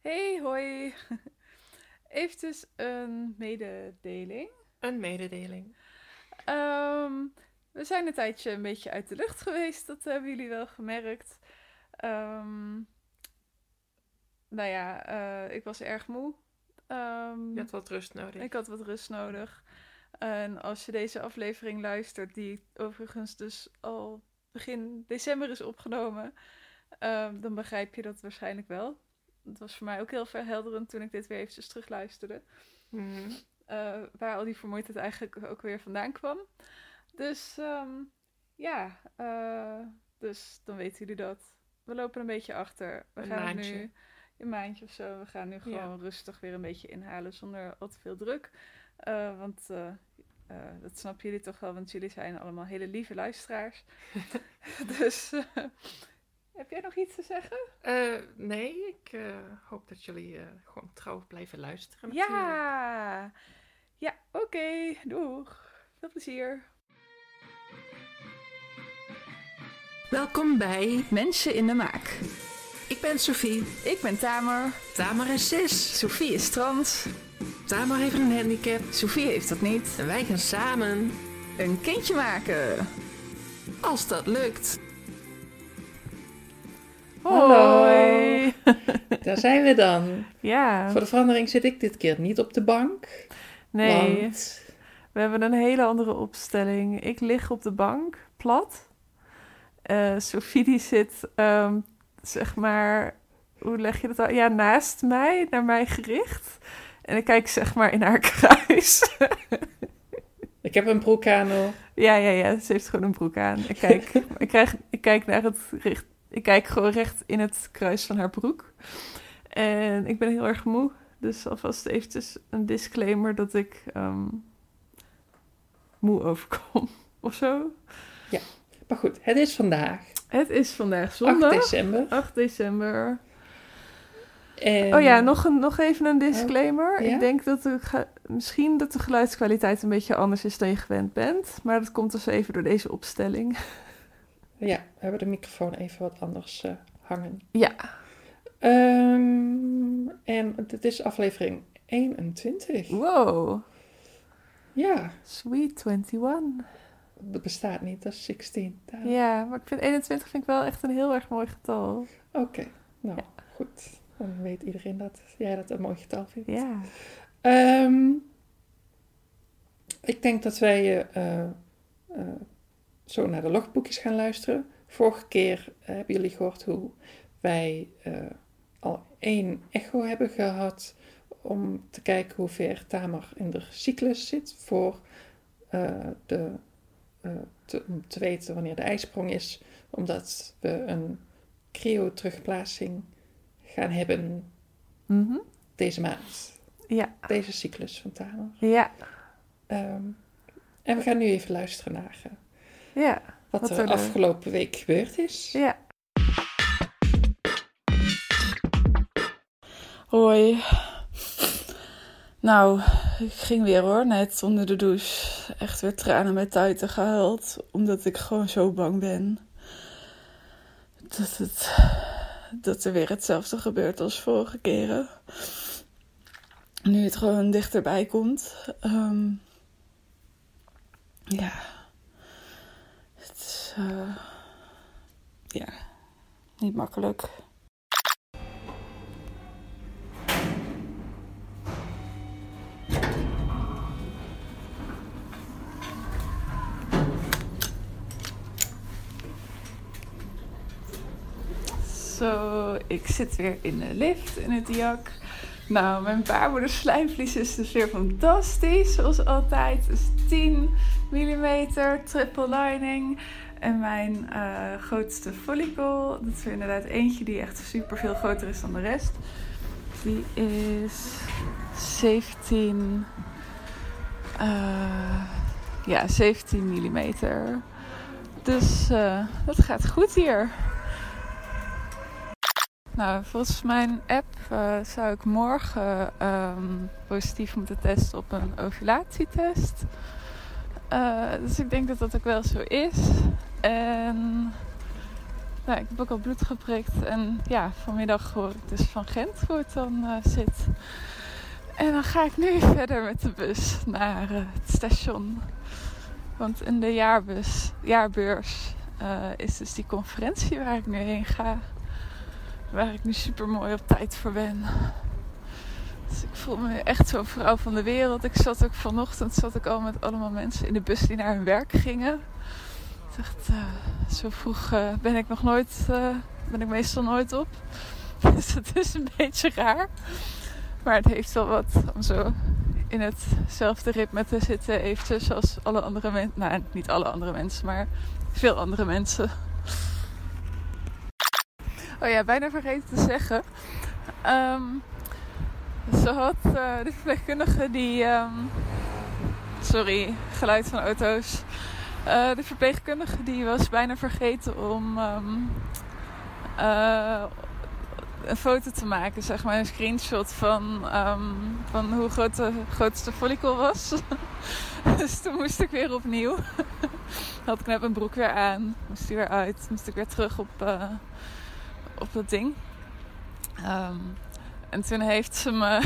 Hey, hoi. Eventjes een mededeling. Een mededeling. Ehm, we zijn een tijdje een beetje uit de lucht geweest, dat hebben jullie wel gemerkt. Ehm, nou ja, ik was erg moe. Je had wat rust nodig. Ik had wat rust nodig. En als je deze aflevering luistert, die overigens dus al begin december is opgenomen, dan begrijp je dat waarschijnlijk wel. Het was voor mij ook heel verhelderend toen ik dit weer eventjes terugluisterde. Mhm. Waar al die vermoeidheid eigenlijk ook weer vandaan kwam. Dus ja, dus dan weten jullie dat. We lopen een beetje achter. We Een gaan het maandje. nu een maandje of zo. We gaan nu gewoon rustig weer een beetje inhalen zonder al te veel druk. Want dat snappen jullie toch wel, want jullie zijn allemaal hele lieve luisteraars. Dus heb jij nog iets te zeggen? Nee, ik hoop dat jullie gewoon trouw blijven luisteren natuurlijk. Ja! Ja, oké. Doeg. Veel plezier. Welkom bij Mensen in de maak. Ik ben Sophie. Ik ben Tamer. Tamer is 6. Sophie is trans. Tamer heeft een handicap. Sophie heeft dat niet. En wij gaan samen, Een kindje maken. als dat lukt. Hoi. Daar zijn we dan. Ja. Voor de verandering zit ik dit keer niet op de bank. Nee, Want we hebben een hele andere opstelling. Ik lig op de bank, plat. Sophie die zit, zeg maar, hoe leg je dat al? Ja, naast mij, naar mij gericht. En ik kijk zeg maar in haar kruis. ik heb een broek aan hoor. Ja, ze heeft gewoon een broek aan. Ik kijk gewoon recht in het kruis van haar broek. En ik ben heel erg moe. Dus alvast eventjes een disclaimer dat ik moe overkom. Of zo. Maar goed, het is vandaag. Het is vandaag zondag. 8 december. 8 december. En Oh ja, nog even een disclaimer. Oh, ja? Ik denk dat misschien dat de geluidskwaliteit een beetje anders is dan je gewend bent. Maar dat komt dus even door deze opstelling. Ja, we hebben de microfoon even wat anders hangen. Ja. En dit is aflevering 21. Wow. Ja, Sweet 21. dat bestaat niet, dat is 16. Ja, maar ik vind 21 vind ik wel echt een heel erg mooi getal. Oké, nou Ja. goed. Dan weet iedereen dat jij dat een mooi getal vindt. Ja. Ik denk dat wij zo naar de logboekjes gaan luisteren. Vorige keer hebben jullie gehoord hoe wij al 1 echo hebben gehad om te kijken hoe ver Tamer in de cyclus zit voor om te weten wanneer de ijsprong is, omdat we een cryo-terugplaatsing gaan hebben Mhm. deze maand. Ja. Deze cyclus van Tamer. Ja. En we gaan nu even luisteren naar Ja. wat Wat er er afgelopen week gebeurd is. Ja. Hoi. Nou, ik ging weer hoor, net onder de douche. Echt weer tranen met tuiten gehuild. Omdat ik gewoon zo bang ben. Dat er weer hetzelfde gebeurt als vorige keren. Nu het gewoon dichterbij komt. Ja. Het is ja, niet makkelijk. Zo, ik zit weer in de lift in het jak. Nou, mijn baarmoederslijmvlies is dus weer fantastisch, zoals altijd. Dus 10 mm, triple lining. En mijn grootste follicle, dat is er inderdaad eentje die echt super veel groter is dan de rest. Die is 17 mm. Dus dat gaat goed hier. Nou, volgens mijn app zou ik morgen positief moeten testen op een ovulatietest. Dus ik denk dat dat ook wel zo is. En Nou, ik heb ook al bloed geprikt. En ja, vanmiddag hoor ik dus van Gent hoe het dan zit. En dan ga ik nu verder met de bus naar het station. Want in de jaarbeurs is dus die conferentie waar ik nu heen ga. Waar ik nu super mooi op tijd voor ben. Dus ik voel me echt zo'n vrouw van de wereld. Vanochtend zat ik al met allemaal mensen in de bus die naar hun werk gingen. Echt, zo vroeg ben ik meestal nooit op. Dus het is een beetje raar. Maar het heeft wel wat om zo in hetzelfde ritme te zitten. Eventjes zoals alle andere mensen. Nou, niet alle andere mensen, maar veel andere mensen. Oh ja, bijna vergeten te zeggen. Ze had de verpleegkundige die... sorry, geluid van auto's. De verpleegkundige die was bijna vergeten om een foto te maken, zeg maar, een screenshot van hoe groot de grootste follicle was. Dus toen moest ik weer opnieuw. Had ik net mijn broek weer aan, moest die weer uit, moest ik weer terug op dat ding. En toen heeft ze me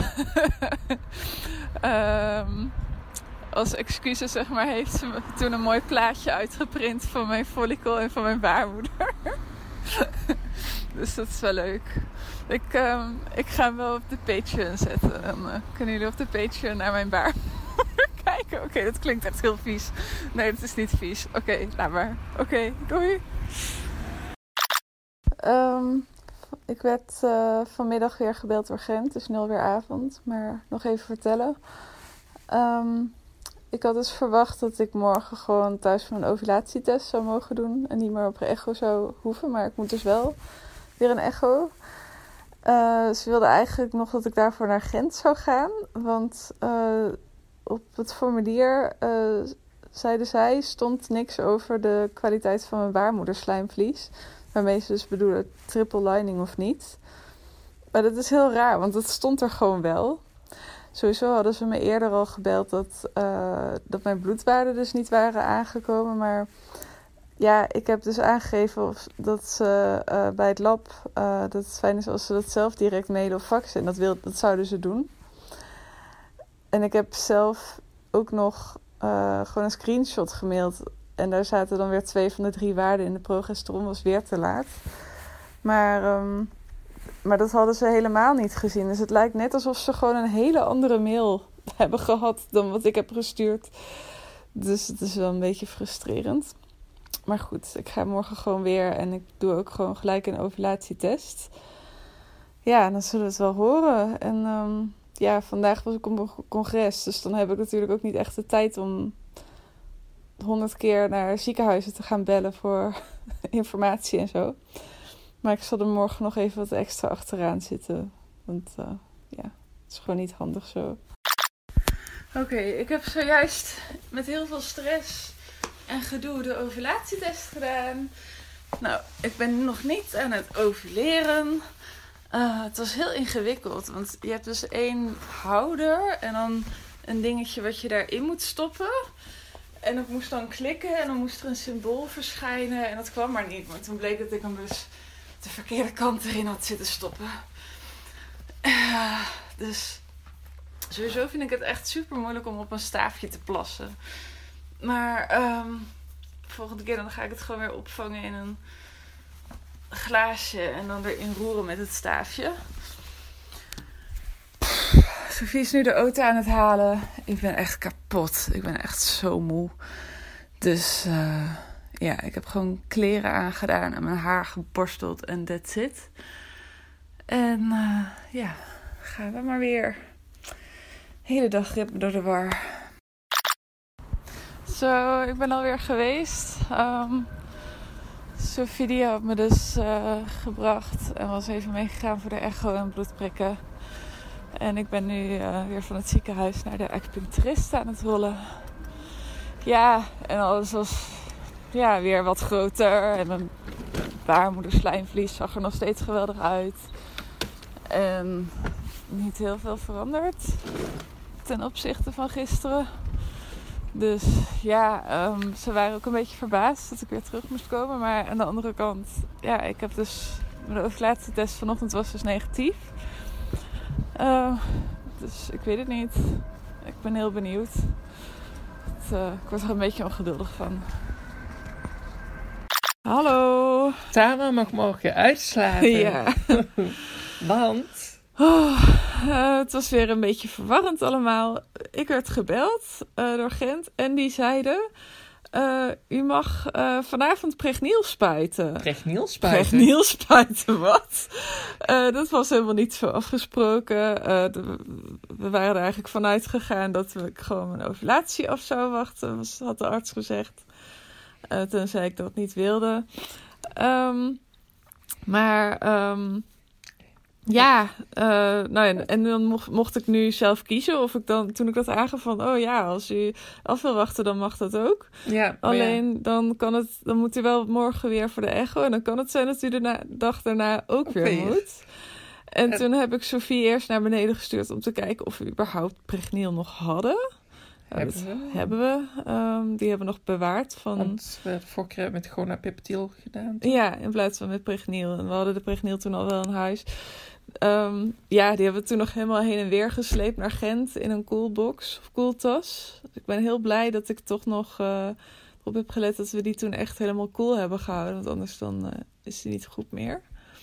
als excuus, zeg maar, heeft ze me toen een mooi plaatje uitgeprint van mijn follicle en van mijn baarmoeder. Dus dat is wel leuk. Ik ga hem wel op de Patreon zetten. Dan kunnen jullie op de Patreon naar mijn baarmoeder kijken. Oké, dat klinkt echt heel vies. Nee, dat is niet vies. Oké, laat maar. Oké, doei. Ik werd vanmiddag weer gebeld door Gent. Het is nu alweer avond. Maar nog even vertellen. Ik had dus verwacht dat ik morgen gewoon thuis mijn ovulatietest zou mogen doen. En niet meer op echo zou hoeven. Maar ik moet dus wel weer een echo. Ze wilde eigenlijk nog dat ik daarvoor naar Gent zou gaan. Want op het formulier, zeiden zij, stond niks over de kwaliteit van mijn baarmoederslijmvlies. Waarmee ze dus bedoelen triple lining of niet. Maar dat is heel raar, want dat stond er gewoon wel. Sowieso hadden ze me eerder al gebeld dat mijn bloedwaarden dus niet waren aangekomen. Maar ja, ik heb dus aangegeven dat ze bij het lab, dat het fijn is als ze dat zelf direct mailen of faxen. En dat zouden ze doen. En ik heb zelf ook nog gewoon een screenshot gemaild. En daar zaten dan weer 2 van de 3 waarden in. De progesteron was weer te laat. Maar dat hadden ze helemaal niet gezien. Dus het lijkt net alsof ze gewoon een hele andere mail hebben gehad dan wat ik heb gestuurd. Dus het is wel een beetje frustrerend. Maar goed, ik ga morgen gewoon weer en ik doe ook gewoon gelijk een ovulatietest. Ja, dan zullen we het wel horen. En vandaag was ik op een congres. Dus dan heb ik natuurlijk ook niet echt de tijd om 100 keer naar ziekenhuizen te gaan bellen voor informatie en zo. Maar ik zal er morgen nog even wat extra achteraan zitten. Want het is gewoon niet handig zo. Oké, ik heb zojuist met heel veel stress en gedoe de ovulatietest gedaan. Nou, ik ben nog niet aan het ovuleren. Het was heel ingewikkeld. Want je hebt dus 1 houder en dan een dingetje wat je daarin moet stoppen. En dat moest dan klikken en dan moest er een symbool verschijnen. En dat kwam maar niet. Maar toen bleek dat ik hem dus de verkeerde kant erin had zitten stoppen. Dus sowieso vind ik het echt super moeilijk om op een staafje te plassen. Maar de volgende keer dan ga ik het gewoon weer opvangen in een glaasje. En dan erin roeren met het staafje. Sophie is nu de auto aan het halen. Ik ben echt kapot. Ik ben echt zo moe. Dus ik heb gewoon kleren aangedaan en mijn haar geborsteld en that's it. En gaan we maar weer. Hele dag ritme door de war. Zo, ik ben alweer geweest. Sophie die had me dus gebracht en was even meegegaan voor de echo en bloedprikken. En ik ben nu weer van het ziekenhuis naar de acupuncturist aan het rollen. Ja, en alles was weer wat groter. En mijn baarmoederslijmvlies zag er nog steeds geweldig uit. En niet heel veel veranderd ten opzichte van gisteren. Dus ja, ze waren ook een beetje verbaasd dat ik weer terug moest komen. Maar aan de andere kant, ja, ik heb dus... Mijn overlatingstetst vanochtend was dus negatief. Dus ik weet het niet. Ik ben heel benieuwd. Ik word er een beetje ongeduldig van. Hallo. Tamer mag morgen uitslapen. Ja. Want? Het was weer een beetje verwarrend allemaal. Ik werd gebeld door Gent en die zeiden... u mag vanavond pregniel spuiten. Pregniel spuiten? Pregniel spuiten, wat? Dat was helemaal niet zo afgesproken. We waren er eigenlijk vanuit gegaan dat we gewoon mijn ovulatie af zouden wachten. Had de arts gezegd. Toen zei ik dat het niet wilde. En dan mocht ik nu zelf kiezen of ik dan, toen ik dat aangaf van, oh ja, als u af wil wachten, dan mag dat ook. Ja, alleen dan moet u wel morgen weer voor de echo en dan kan het zijn dat u de dag daarna ook weer moet. En toen heb ik Sophie eerst naar beneden gestuurd om te kijken of we überhaupt pregniel nog hadden. Hebben we. Die hebben we nog bewaard. Want we de vorige keer met Gonapeptiel gedaan. Ja, in plaats van met pregniel. En we hadden de pregniel toen al wel in huis. Die hebben we toen nog helemaal heen en weer gesleept naar Gent in een koelbox of koeltas. Dus ik ben heel blij dat ik toch nog op heb gelet dat we die toen echt helemaal koel hebben gehouden. Want anders dan is die niet goed meer.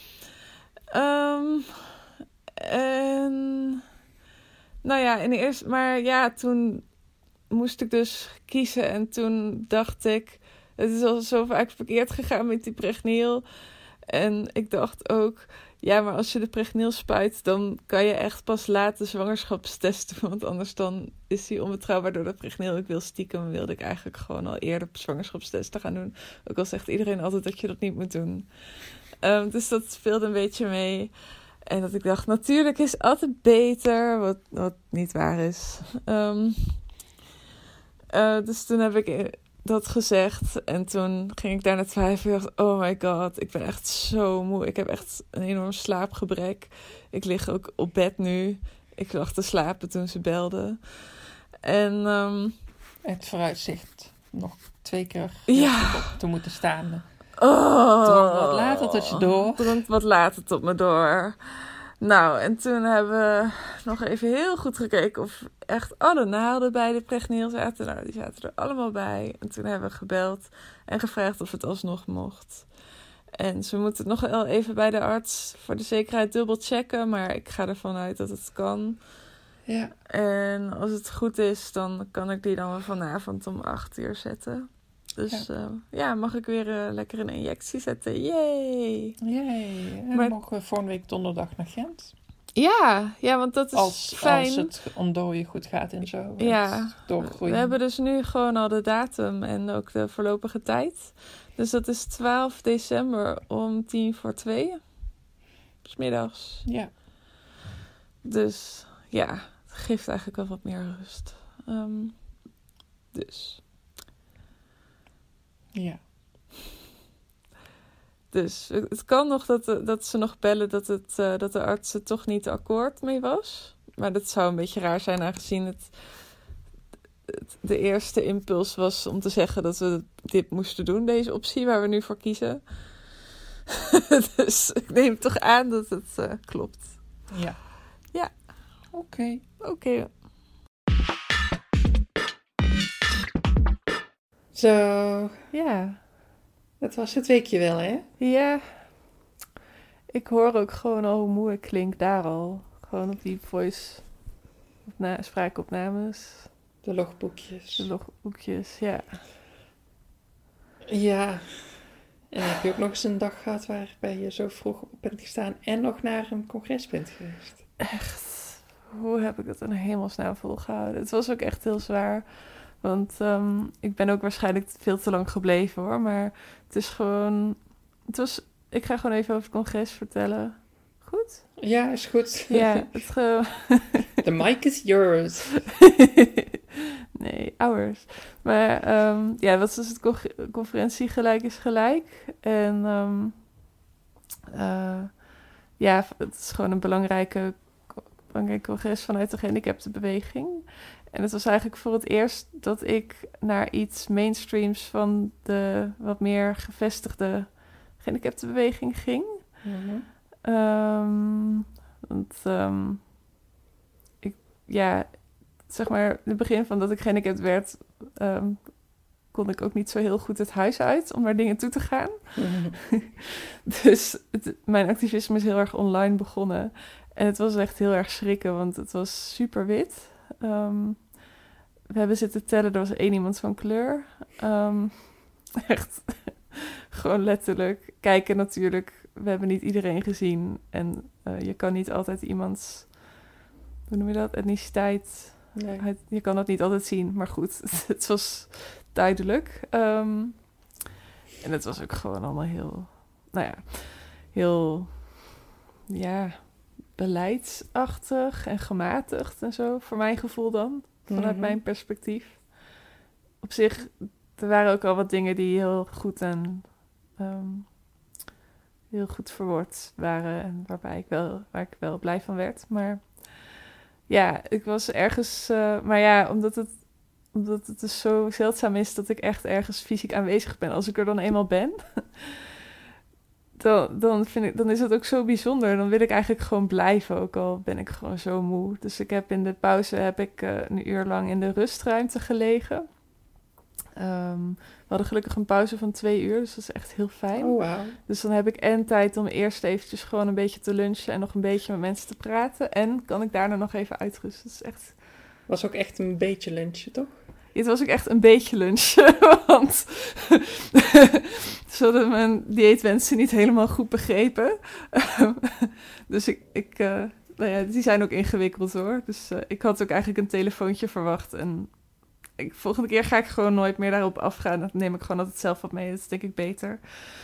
Toen moest ik dus kiezen en toen dacht ik, het is al zo vaak verkeerd gegaan met die pregniel. En ik dacht ook, ja, maar als je de pregniel spuit, dan kan je echt pas later zwangerschapstest doen. Want anders dan is die onbetrouwbaar door de pregniel. Wilde ik eigenlijk gewoon al eerder zwangerschapstesten gaan doen. Ook al zegt iedereen altijd dat je dat niet moet doen. Dus dat speelde een beetje mee. En dat ik dacht, natuurlijk is altijd beter, wat niet waar is. Dus toen heb ik dat gezegd. En toen ging ik daar naar twijfelen. Ik dacht, oh my god, ik ben echt zo moe. Ik heb echt een enorm slaapgebrek. Ik lig ook op bed nu. Ik lag te slapen toen ze belden. En het vooruitzicht nog 2 keer te moeten staan. Drong wat later tot je door. Drong wat later tot me door. Nou, en toen hebben we nog even heel goed gekeken of echt alle naalden bij de pregniel zaten. Nou, die zaten er allemaal bij. En toen hebben we gebeld en gevraagd of het alsnog mocht. En ze moeten het nog wel even bij de arts voor de zekerheid dubbel checken. Maar ik ga ervan uit dat het kan. Ja. En als het goed is, dan kan ik die dan wel vanavond om 8:00 zetten. Dus mag ik weer lekker een injectie zetten. Yay! En maar mogen we volgende week donderdag naar Gent? Ja, want dat is fijn. Als het ontdooien goed gaat en zo. Ja, doorgroeien. We hebben dus nu gewoon al de datum en ook de voorlopige tijd. Dus dat is 12 december om 1:45. 's middags. Ja. Dus ja, het geeft eigenlijk wel wat meer rust. Ja. Dus het kan nog dat ze nog bellen dat de arts er toch niet akkoord mee was. Maar dat zou een beetje raar zijn aangezien de eerste impuls was om te zeggen dat we dit moesten doen, deze optie waar we nu voor kiezen. Dus ik neem toch aan dat het klopt. Ja. Ja. Oké. Zo. Ja. Dat was het weekje wel, hè? Ja. Ik hoor ook gewoon al hoe moe ik klink daar al. Gewoon op die voice spraakopnames. De logboekjes. Ja. Ja. En heb je ook nog eens een dag gehad waarbij je zo vroeg op bent gestaan en nog naar een congres bent geweest? Echt. Hoe heb ik het in hemelsnaam volgehouden? Het was ook echt heel zwaar. Want ik ben ook waarschijnlijk veel te lang gebleven hoor. Maar het is gewoon... Ik ga gewoon even over het congres vertellen. Goed? Ja, is goed. Ja, The mic is yours. Nee, ours. Maar het was dus het conferentie Gelijk is Gelijk. En het is gewoon een een congres vanuit de gehandicaptenbeweging. En het was eigenlijk voor het eerst dat ik naar iets mainstreams van de wat meer gevestigde gehandicaptenbeweging ging. Mhm. Want zeg maar, in het begin van dat ik gehandicapt werd, kon ik ook niet zo heel goed het huis uit om naar dingen toe te gaan. Dus mijn activisme is heel erg online begonnen. En het was echt heel erg schrikken, want het was super wit. We hebben zitten tellen, er was 1 iemand van kleur. Echt, gewoon letterlijk. Kijken natuurlijk, we hebben niet iedereen gezien. En je kan niet altijd iemands, hoe noem je dat, etniciteit... Nee. Je kan dat niet altijd zien, maar goed, het was duidelijk. En het was ook gewoon allemaal heel beleidsachtig en gematigd en zo, voor mijn gevoel dan, vanuit mijn perspectief. Op zich, er waren ook al wat dingen die heel goed en heel goed verwoord waren en waar ik wel blij van werd, maar... Ja, ik was ergens... maar ja, omdat het dus zo zeldzaam is dat ik echt ergens fysiek aanwezig ben. Als ik er dan eenmaal ben, dan is het ook zo bijzonder. Dan wil ik eigenlijk gewoon blijven, ook al ben ik gewoon zo moe. Dus in de pauze 1 uur lang in de rustruimte gelegen. We hadden gelukkig een pauze van 2 uur, dus dat is echt heel fijn. Oh, wow. Dus dan heb ik en tijd om eerst eventjes gewoon een beetje te lunchen en nog een beetje met mensen te praten. En kan ik daarna nog even uitrusten. Dat is echt... Was ook echt een beetje lunchen, toch? Het was ook echt een beetje lunchen, want ze hadden mijn dieetwensen niet helemaal goed begrepen. Dus die zijn ook ingewikkeld hoor. Dus ik had ook eigenlijk een telefoontje verwacht en... Volgende keer ga ik gewoon nooit meer daarop afgaan. Dan neem ik gewoon altijd zelf wat mee. Dat is denk ik beter.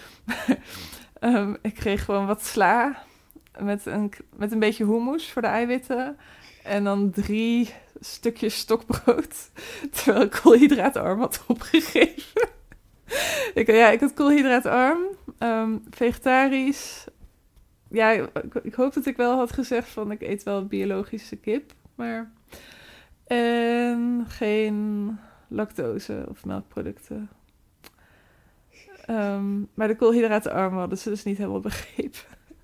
Ik kreeg gewoon wat sla. Met een beetje hummus voor de eiwitten. En dan 3 stukjes stokbrood. Terwijl ik koolhydraatarm had opgegeven. Ik had koolhydraatarm. Vegetarisch. Ja, ik hoop dat ik wel had gezegd van ik eet wel biologische kip. Maar... En geen lactose of melkproducten. Maar de koolhydratenarm hadden ze dus niet helemaal begrepen.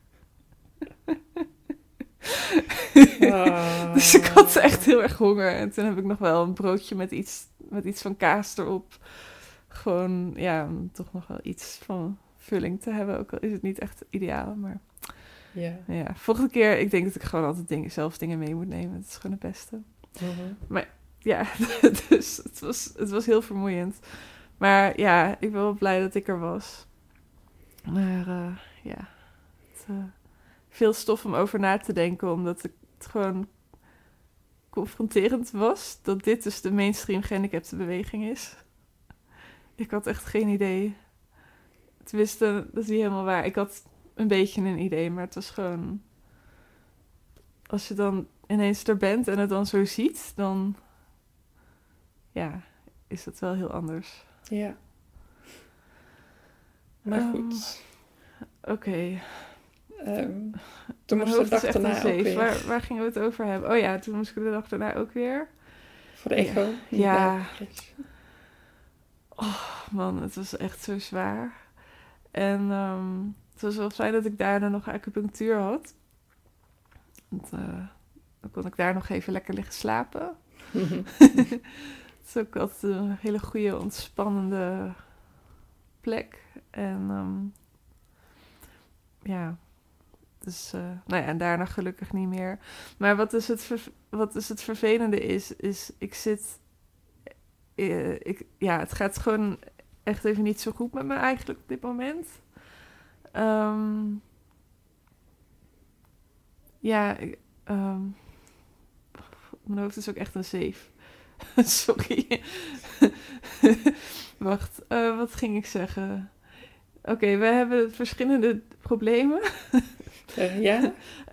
Dus ik had echt heel erg honger. En toen heb ik nog wel een broodje met iets van kaas erop. Gewoon, ja, om toch nog wel iets van vulling te hebben. Ook al is het niet echt ideaal, maar... Ja, volgende keer, ik denk dat ik gewoon altijd zelf dingen mee moet nemen. Het is gewoon het beste. Maar ja, dus het was heel vermoeiend. Maar ja, ik ben wel blij dat ik er was. Maar veel stof om over na te denken, omdat het gewoon confronterend was dat dit dus de mainstream gehandicaptenbeweging is. Ik had echt geen idee. Tenminste, dat is niet helemaal waar. Ik had een beetje een idee, maar het was gewoon... Als je dan ineens er bent en het dan zo ziet, dan is het wel heel anders. Ja. Maar goed. Oké. Toen moest de dag daarna ook weer. Waar gingen we het over hebben? Oh ja, toen moest ik de dag daarna ook weer. Voor de echo. Ja. Oh man, het was echt zo zwaar. En het was wel fijn dat ik daarna nog acupunctuur had. Want, dan kon ik daar nog even lekker liggen slapen. Het is ook altijd een hele goede, ontspannende plek. En dus, en daarna gelukkig niet meer. Maar wat dus het vervelende is ik zit... het gaat gewoon echt even niet zo goed met me eigenlijk op dit moment. Mijn hoofd is ook echt een zeef. Sorry. Wacht, wat ging ik zeggen? Oké, we hebben verschillende problemen. Ja?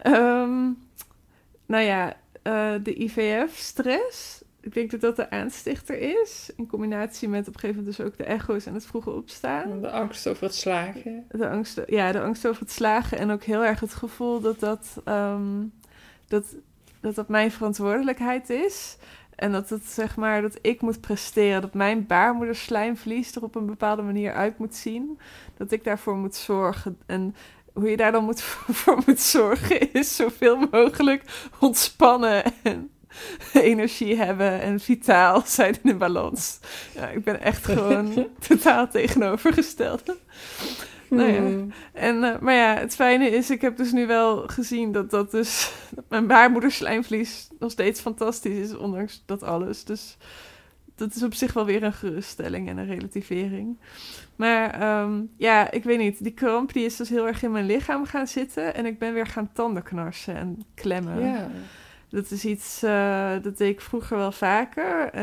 De IVF-stress. Ik denk dat dat de aanstichter is. In combinatie met op een gegeven moment dus ook de echo's en het vroege opstaan. De angst over het slagen. De angst over het slagen. En ook heel erg het gevoel dat dat mijn verantwoordelijkheid is. En dat het, zeg maar, dat ik moet presteren. Dat mijn baarmoederslijmvlies er op een bepaalde manier uit moet zien. Dat ik daarvoor moet zorgen. En hoe je daar dan voor moet zorgen is zoveel mogelijk ontspannen en energie hebben en vitaal zijn in balans. Ja, ik ben echt gewoon totaal tegenovergesteld. Nou ja. Maar ja, het fijne is, ik heb dus nu wel gezien dat mijn baarmoederslijmvlies nog steeds fantastisch is, ondanks dat alles. Dus dat is op zich wel weer een geruststelling en een relativering. Maar ja, ik weet niet. Die kramp die is dus heel erg in mijn lichaam gaan zitten. En ik ben weer gaan tandenknarsen en klemmen. Ja. Dat is iets, dat deed ik vroeger wel vaker.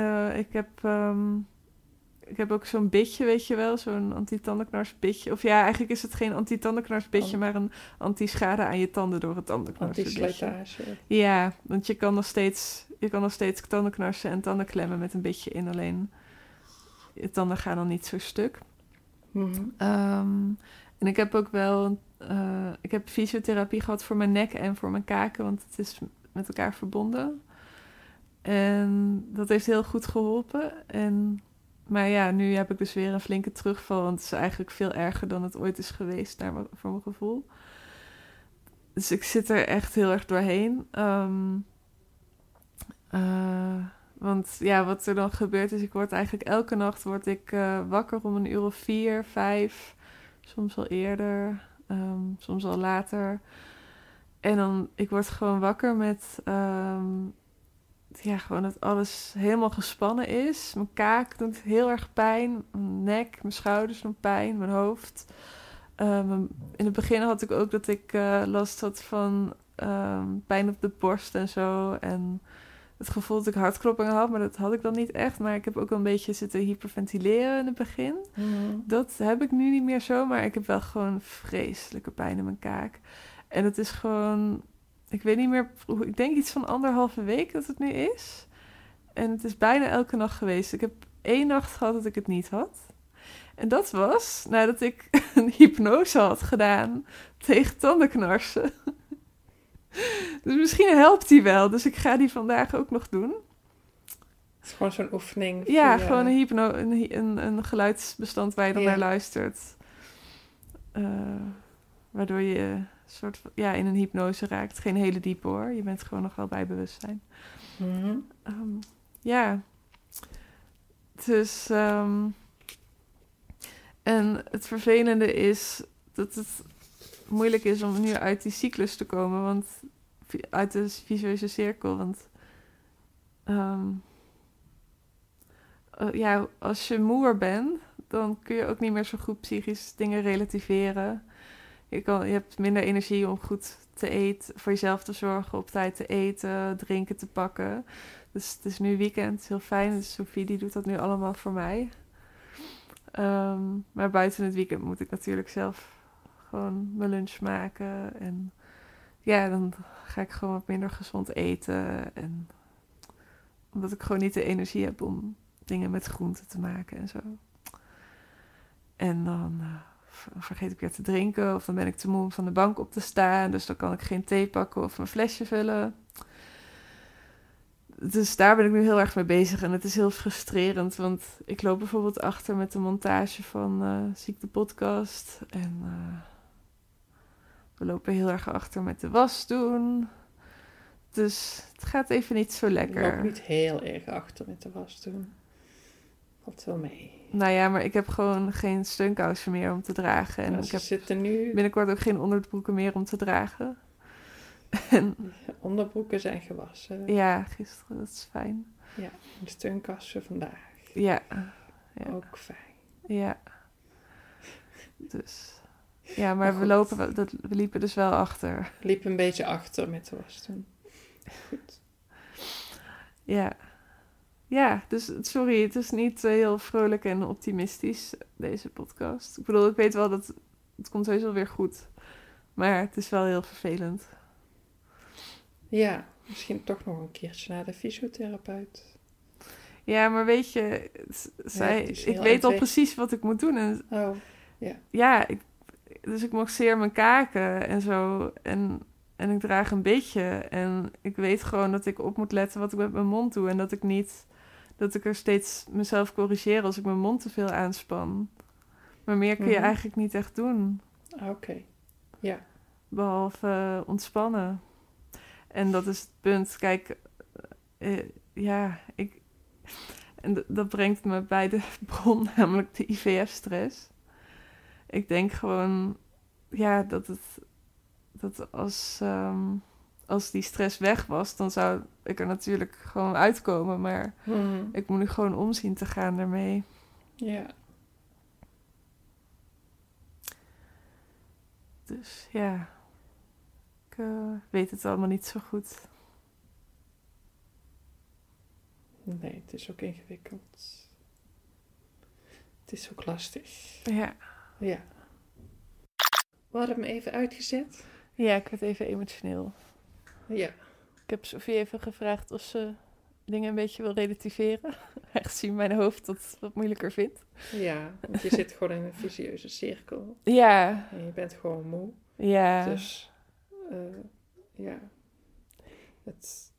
Ik heb ook zo'n bitje, weet je wel. Zo'n anti-tandenknarsbitje. Of ja, eigenlijk is het geen anti-tandenknarsbitje, maar een anti-schade aan je tanden door het tandenknarsen. Anti-slijtage. Ja, want je kan nog steeds tandenknarsen en tanden klemmen met een bitje in. Alleen je tanden gaan dan niet zo stuk. Mm-hmm. En ik heb ook wel... ik heb fysiotherapie gehad voor mijn nek en voor mijn kaken, want het is met elkaar verbonden. En dat heeft heel goed geholpen. Maar ja, nu heb ik dus weer een flinke terugval, want het is eigenlijk veel erger dan het ooit is geweest, voor mijn gevoel. Dus ik zit er echt heel erg doorheen. Want ja, wat er dan gebeurt is, ik word eigenlijk elke nacht wakker om 4:00, 5:00, soms al eerder, soms al later. En dan, ik word gewoon wakker met, gewoon dat alles helemaal gespannen is. Mijn kaak doet heel erg pijn, mijn nek, mijn schouders doen pijn, mijn hoofd. In het begin had ik ook dat ik last had van pijn op de borst en zo. En het gevoel dat ik hartkloppingen had, maar dat had ik dan niet echt. Maar ik heb ook wel een beetje zitten hyperventileren in het begin. Mm-hmm. Dat heb ik nu niet meer zo, maar ik heb wel gewoon vreselijke pijn in mijn kaak. En het is gewoon, ik weet niet meer, ik denk iets van 1,5 week dat het nu is. En het is bijna elke nacht geweest. Ik heb 1 nacht gehad dat ik het niet had. En dat was nadat ik een hypnose had gedaan tegen tandenknarsen. Dus misschien helpt die wel. Dus ik ga die vandaag ook nog doen. Het is gewoon zo'n oefening. Ja, gewoon een geluidsbestand waar je dan naar luistert. Waardoor je soort van, in een hypnose raakt. Geen hele diepe hoor. Je bent gewoon nog wel bij bewustzijn. Mm-hmm. Ja. Dus... en het vervelende is dat het moeilijk is om nu uit die cyclus te komen. Want uit de visueuze cirkel. Want als je moer bent, dan kun je ook niet meer zo goed psychisch dingen relativeren. Je hebt minder energie om goed te eten, voor jezelf te zorgen, op tijd te eten, drinken te pakken. Dus het is nu weekend, het is heel fijn. Dus Sophie die doet dat nu allemaal voor mij. Maar buiten het weekend moet ik natuurlijk zelf gewoon mijn lunch maken. En ja, dan ga ik gewoon wat minder gezond eten. En omdat ik gewoon niet de energie heb om dingen met groenten te maken en zo. En dan vergeet ik weer te drinken. Of dan ben ik te moe om van de bank op te staan. Dus dan kan ik geen thee pakken of mijn flesje vullen. Dus daar ben ik nu heel erg mee bezig. En het is heel frustrerend. Want ik loop bijvoorbeeld achter met de montage van Ziek de Podcast. En we lopen heel erg achter met de was doen. Dus het gaat even niet zo lekker. Ik loop niet heel erg achter met de was doen. Valt wel mee. Nou ja, maar ik heb gewoon geen steunkousen meer om te dragen. En ik heb zitten nu... binnenkort ook geen onderbroeken meer om te dragen. En onderbroeken zijn gewassen. Ja, gisteren, dat is fijn. Ja, de steunkasten vandaag. Ja. Ook fijn. Ja. Dus. Ja, maar we liepen dus wel achter. We liepen een beetje achter met de was doen. Goed. Ja. Ja, dus sorry, het is niet heel vrolijk en optimistisch, deze podcast. Ik bedoel, ik weet wel dat het komt heus wel weer goed. Maar het is wel heel vervelend. Ja, misschien toch nog een keertje naar de fysiotherapeut. Ja, maar weet je, ik weet al precies wat ik moet doen. En, oh, ja. Ja, dus ik masseer mijn kaken en zo. En En ik draag een beetje. En ik weet gewoon dat ik op moet letten wat ik met mijn mond doe. En dat ik er steeds mezelf corrigeer als ik mijn mond te veel aanspan. Maar meer kun je eigenlijk niet echt doen. Oké. Ja. Behalve ontspannen. En dat is het punt. Kijk, en dat brengt me bij de bron, namelijk de IVF-stress. Ik denk gewoon, ja, dat als die stress weg was, dan zou ik er natuurlijk gewoon uitkomen. Maar ik moet nu gewoon omzien te gaan daarmee. Ja. Dus ja, ik weet het allemaal niet zo goed. Nee, het is ook ingewikkeld. Het is ook lastig. Ja. Ja. We hadden hem even uitgezet. Ja, ik werd even emotioneel. Ja. Ik heb Sophie even gevraagd of ze dingen een beetje wil relativeren. Aangezien mijn hoofd dat wat moeilijker vindt. Ja, want je zit gewoon in een vicieuze cirkel. Ja. En je bent gewoon moe. Ja. Dus, ja. Het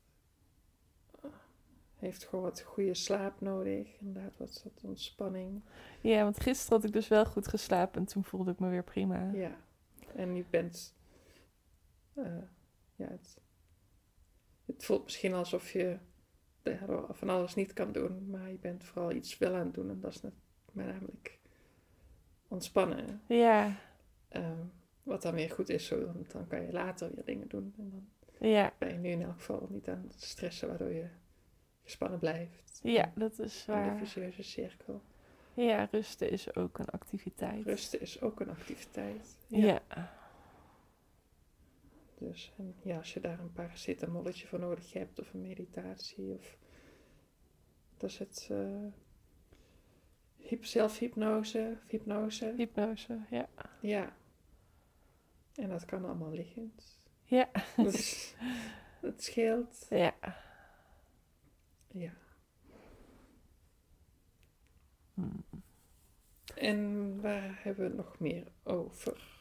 heeft gewoon wat goede slaap nodig. Inderdaad, wat ontspanning. Ja, want gisteren had ik dus wel goed geslapen en toen voelde ik me weer prima. Ja. En je bent... ja, het voelt misschien alsof je van alles niet kan doen, maar je bent vooral iets wel aan het doen en dat is namelijk ontspannen. Ja. Wat dan weer goed is, want dan kan je later weer dingen doen. En dan ben je nu in elk geval niet aan het stressen, waardoor je gespannen blijft. Ja, dat is waar. In de vicieuze cirkel. Ja, rusten is ook een activiteit. Rusten is ook een activiteit. Ja. Dus en ja, als je daar een paracetamolletje voor nodig hebt, of een meditatie, of dat is het zelfhypnose, hypnose. Hypnose, ja. Ja. En dat kan allemaal liggend. Ja. Dus het scheelt. Ja. Ja. En waar hebben we het nog meer over?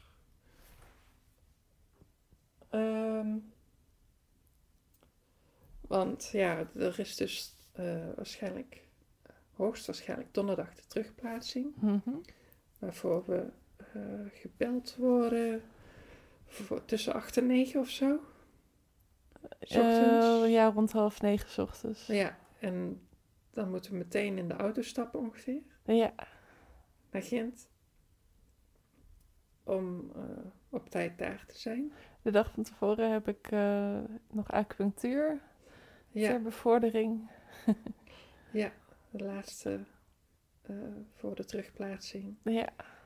Want ja, er is dus hoogstwaarschijnlijk donderdag de terugplaatsing. Waarvoor we gebeld worden tussen 8 en 9 of zo. 's ochtends. Ja, rond 8:30 's ochtends. Ja, en dan moeten we meteen in de auto stappen ongeveer. Ja. Naar Gent. Om op tijd daar te zijn. De dag van tevoren heb ik nog acupunctuur ter bevordering. Ja, de laatste voor de terugplaatsing. Ja.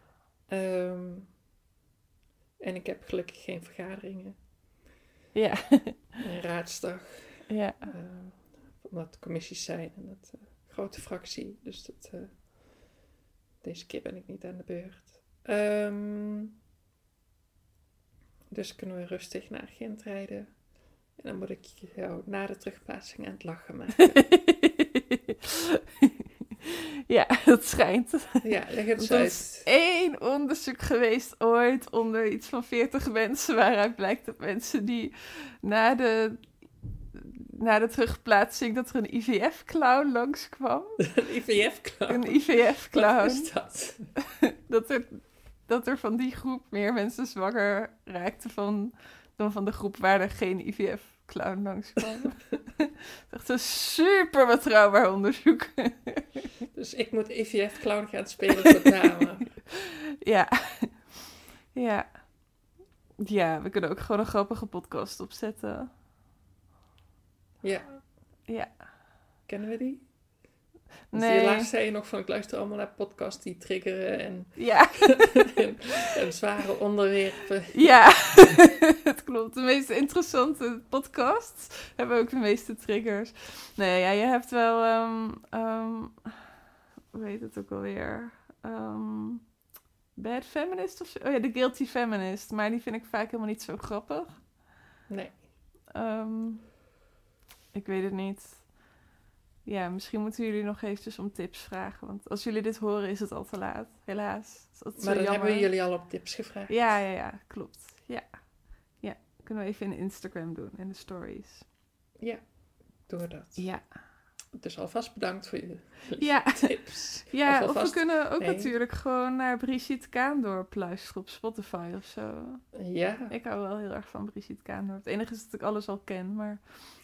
En ik heb gelukkig geen vergaderingen. Ja. Een raadsdag. Ja. Omdat het commissies zijn en dat grote fractie. Dus deze keer ben ik niet aan de beurt. Dus kunnen we rustig naar Gent rijden. En dan moet ik jou na de terugplaatsing aan het lachen maken. Ja, dat schijnt. Ja, leg het eens Er uit. is 1 onderzoek geweest ooit onder iets van 40 mensen, waaruit blijkt dat mensen die na de terugplaatsing dat er een IVF-clown langskwam. Een IVF-clown? Een IVF-clown. Wat is dat? Dat er van die groep meer mensen zwanger raakten dan van de groep waar er geen IVF-clown langskwam. Echt een super betrouwbaar onderzoek. Dus ik moet IVF-clown gaan spelen voor dame. Ja. Ja. Ja, we kunnen ook gewoon een grappige podcast opzetten. Ja. Ja. Kennen we die? Dus Nee. Helaas zei je nog van, ik luister allemaal naar podcasts die triggeren en, Ja. en zware onderwerpen. Ja, het klopt. De meest interessante podcasts hebben ook de meeste triggers. Nee, ja, je hebt wel... hoe heet het ook alweer? Bad Feminist of zo? Oh ja, The Guilty Feminist. Maar die vind ik vaak helemaal niet zo grappig. Nee. Ik weet het niet. Ja, misschien moeten jullie nog eventjes om tips vragen. Want als jullie dit horen, is het al te laat. Helaas. Maar dan hebben we jullie al op tips gevraagd. Ja, klopt. Ja. Kunnen we even in Instagram doen, in de stories. Ja, doe dat. Ja. Dus alvast bedankt voor je Ja. tips. Ja, of we alvast- kunnen ook nee. natuurlijk gewoon naar Brigitte Kaandorp luisteren op Spotify of zo. Ja, Ik hou wel heel erg van Brigitte Kaandorp. Het enige is dat ik alles al ken, maar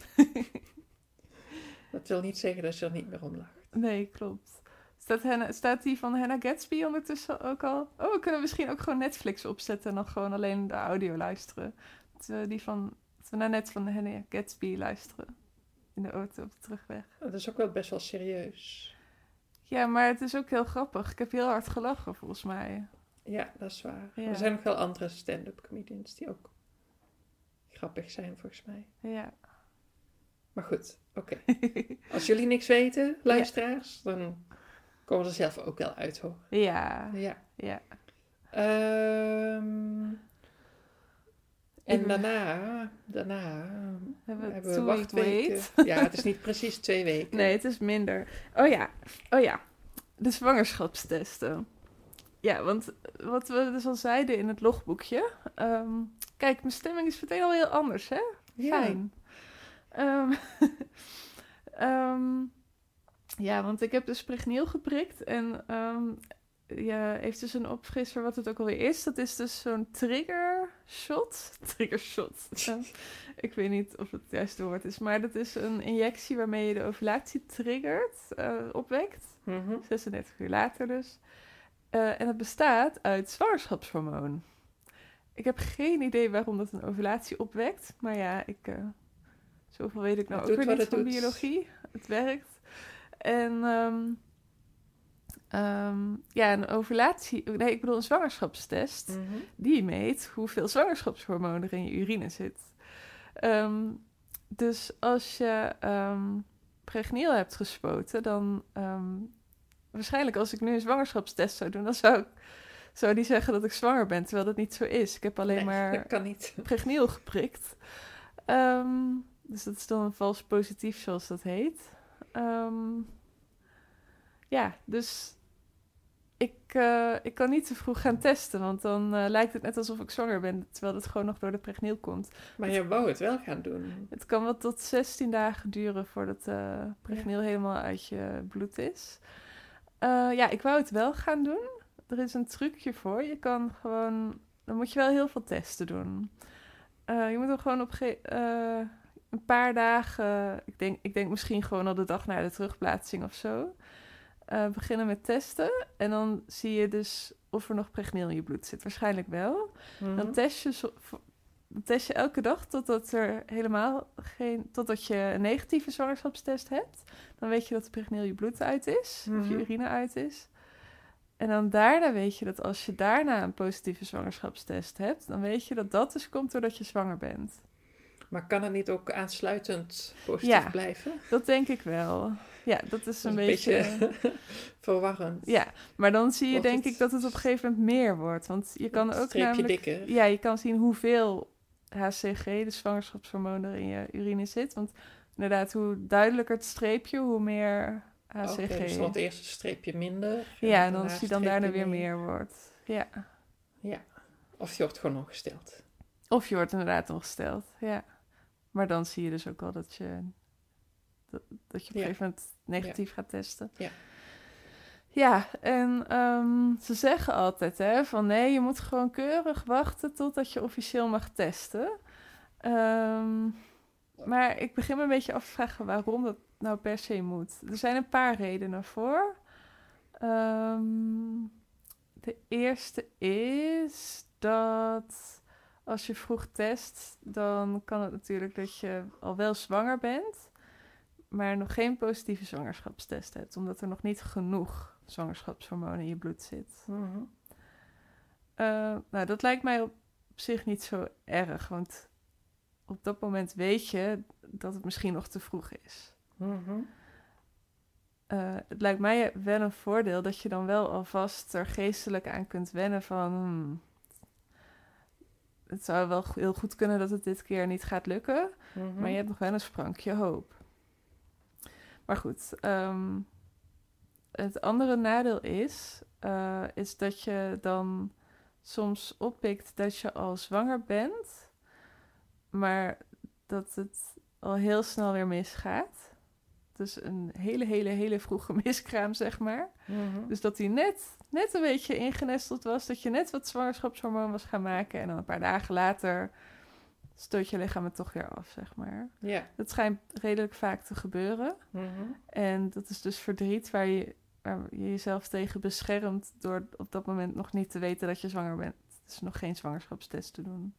dat wil niet zeggen dat je er niet meer om lacht. nee, klopt. Staat die van Hannah Gatsby ondertussen ook al? Oh, we kunnen misschien ook gewoon Netflix opzetten en dan gewoon alleen de audio luisteren. Dat we naar net van Hannah Gatsby luisteren. In de auto op de terugweg. Dat is ook wel best wel serieus. Ja, maar het is ook heel grappig. Ik heb heel hard gelachen, volgens mij. Ja, dat is waar. Ja. Er zijn nog wel andere stand-up comedians die ook grappig zijn, volgens mij. Ja. Maar goed, oké. Als jullie niks weten, luisteraars, dan komen ze zelf ook wel uit, hoor. Ja. Ja. Ja. En daarna Hebben we we 2 wachtweken. wait. Ja, het is niet precies 2 weken. Nee, het is minder. Oh ja. De zwangerschapstesten. Ja, want wat we dus al zeiden in het logboekje. Kijk, mijn stemming is meteen al heel anders, hè? Ja. Fijn. Ja, want ik heb dus pregniel geprikt. En ja, heeft dus een opfrisser wat het ook alweer is. Dat is dus zo'n triggershot. Triggershot. Ik weet niet of het het juiste woord is. Maar dat is een injectie waarmee je de ovulatie triggert, opwekt. 36 uur later dus. En het bestaat uit zwangerschapshormoon. Ik heb geen idee waarom dat een ovulatie opwekt. Maar ja, zoveel weet ik nou Het ook doet weer wat niet het van doet. biologie. Het werkt. En ja, een ovulatie... Nee, ik bedoel een zwangerschapstest. Die meet hoeveel zwangerschapshormoon er in je urine zit. Dus als je pregniel hebt gespoten, dan... waarschijnlijk als ik nu een zwangerschapstest zou doen, dan zou die zeggen dat ik zwanger ben, terwijl dat niet zo is. Ik heb alleen maar dat kan niet. pregniel geprikt. Dus dat is dan een vals positief, zoals dat heet. Ja, dus ik kan niet te vroeg gaan testen, want dan lijkt het net alsof ik zwanger ben, terwijl het gewoon nog door de pregniel komt. Maar je wou het wel gaan doen. Het kan wel tot 16 dagen duren voordat pregniel helemaal uit je bloed is. Ja, ik wou het wel gaan doen. Er is een trucje voor. Je kan gewoon... Dan moet je wel heel veel testen doen. Je moet dan gewoon op een paar dagen... Ik denk misschien gewoon al de dag na de terugplaatsing of zo. Beginnen met testen. En dan zie je dus of er nog pregniel in je bloed zit. Waarschijnlijk wel. Dan test je elke dag totdat je een negatieve zwangerschapstest hebt. Dan weet je dat de pregniel je bloed uit is. Of je urine uit is. En dan daarna weet je dat als je daarna een positieve zwangerschapstest hebt, dan weet je dat dat dus komt doordat je zwanger bent. Maar kan het niet ook aansluitend positief blijven? Dat denk ik wel. Ja, dat is een beetje verwarrend. Ja, maar dan zie je denk ik dat het op een gegeven moment meer wordt. Want je kan ook namelijk... dikker. Ja, je kan zien hoeveel HCG, de zwangerschapshormoon, er in je urine zit. Want inderdaad, hoe duidelijker het streepje, hoe meer HCG. Oké, dus dan het eerste streepje minder. Ja, en dan zie je dan daarna weer meer wordt. Ja. Ja, of je wordt gewoon ongesteld. Of je wordt inderdaad ongesteld, ja. Maar dan zie je dus ook wel dat je op een gegeven moment negatief gaat testen. Ja. Ja, en ze zeggen altijd van nee, je moet gewoon keurig wachten totdat je officieel mag testen. Maar ik begin me een beetje af te vragen waarom dat nou per se moet. Er zijn een paar redenen voor. De eerste is dat als je vroeg test, dan kan het natuurlijk dat je al wel zwanger bent, maar nog geen positieve zwangerschapstest hebt, omdat er nog niet genoeg zwangerschapshormoon in je bloed zit. Nou, dat lijkt mij op zich niet zo erg, want op dat moment weet je dat het misschien nog te vroeg is. Het lijkt mij wel een voordeel dat je dan wel alvast er geestelijk aan kunt wennen van... Het zou wel heel goed kunnen dat het dit keer niet gaat lukken, maar je hebt nog wel een sprankje hoop. Maar goed, het andere nadeel is dat je dan soms oppikt dat je al zwanger bent, maar dat het al heel snel weer misgaat. Dus een hele vroege miskraam, zeg maar. Mhm. Dus dat hij net een beetje ingenesteld was. Dat je net wat zwangerschapshormoon was gaan maken. En dan een paar dagen later stoot je lichaam het toch weer af, zeg maar. Ja. Dat schijnt redelijk vaak te gebeuren. Mhm. En dat is dus verdriet waar je jezelf tegen beschermt... door op dat moment nog niet te weten dat je zwanger bent. Dus nog geen zwangerschapstest te doen.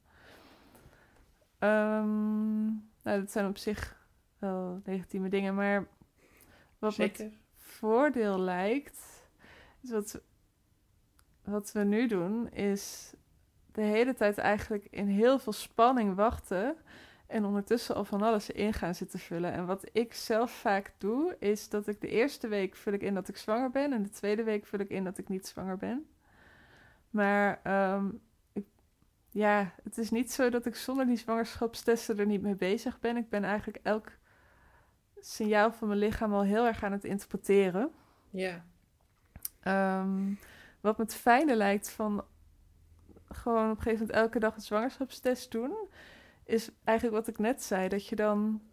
Nou, dat zijn op zich wel legitieme dingen, maar wat me Zeker. het voordeel lijkt, is wat we nu doen, is de hele tijd eigenlijk in heel veel spanning wachten en ondertussen al van alles in gaan zitten vullen. En wat ik zelf vaak doe, is dat ik de eerste week vul ik in dat ik zwanger ben en de tweede week vul ik in dat ik niet zwanger ben. Maar het is niet zo dat ik zonder die zwangerschapstesten er niet mee bezig ben. Ik ben eigenlijk elk signaal van mijn lichaam al heel erg aan het interpreteren. Ja. Wat me het fijne lijkt van gewoon op een gegeven moment elke dag een zwangerschapstest doen, is eigenlijk wat ik net zei, dat je dan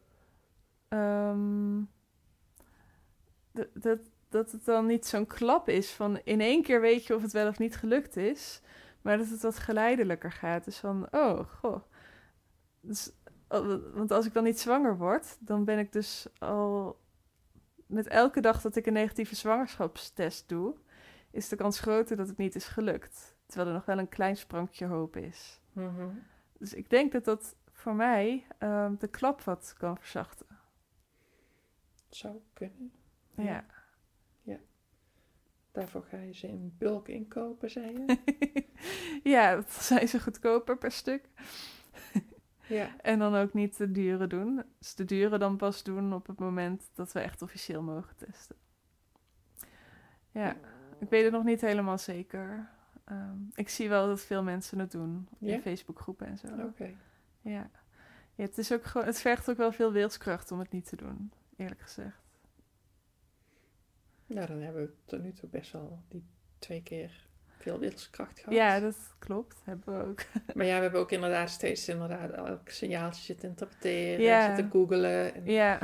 dat het dan niet zo'n klap is van in één keer weet je of het wel of niet gelukt is, maar dat het wat geleidelijker gaat. Dus van, oh, goh. Dus, want als ik dan niet zwanger word, dan ben ik dus al met elke dag dat ik een negatieve zwangerschapstest doe, is de kans groter dat het niet is gelukt. Terwijl er nog wel een klein sprankje hoop is. Mhm. Dus ik denk dat dat voor mij de klap wat kan verzachten. Zou kunnen. Ja. Daarvoor ga je ze in bulk inkopen, zei je? Ja, dat zijn ze goedkoper per stuk. Ja. En dan ook niet de dure doen. Dus de dure dan pas doen op het moment dat we echt officieel mogen testen. Ja, ik weet het nog niet helemaal zeker. Ik zie wel dat veel mensen het doen. Ja? In Facebookgroepen en zo. Oké. Ja. Ja, het is ook gewoon, het vergt ook wel veel wilskracht om het niet te doen, eerlijk gezegd. Nou, dan hebben we tot nu toe best wel die 2 keer veel wilskracht gehad. Ja, dat klopt. Hebben we ook. Maar ja, we hebben ook inderdaad steeds elk signaaltje zitten interpreteren, Ja. zitten googlen. En Ja.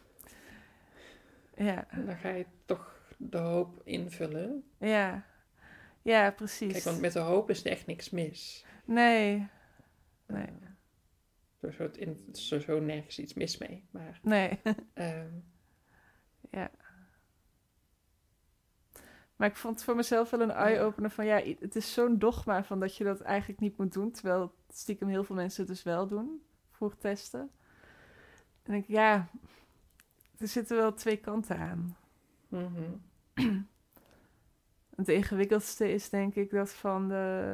Ja. dan ga je toch de hoop invullen. Ja. Ja, precies. Kijk, want met de hoop is er echt niks mis. Nee. Nee. Sowieso nergens iets mis mee. Maar Nee. ehm, Ja. Maar ik vond het voor mezelf wel een eye-opener van... ja, het is zo'n dogma van dat je dat eigenlijk niet moet doen... terwijl stiekem heel veel mensen het dus wel doen. Vroeg testen. En ik, ja... er zitten wel 2 kanten aan. mhm. Het ingewikkeldste is denk ik dat van de...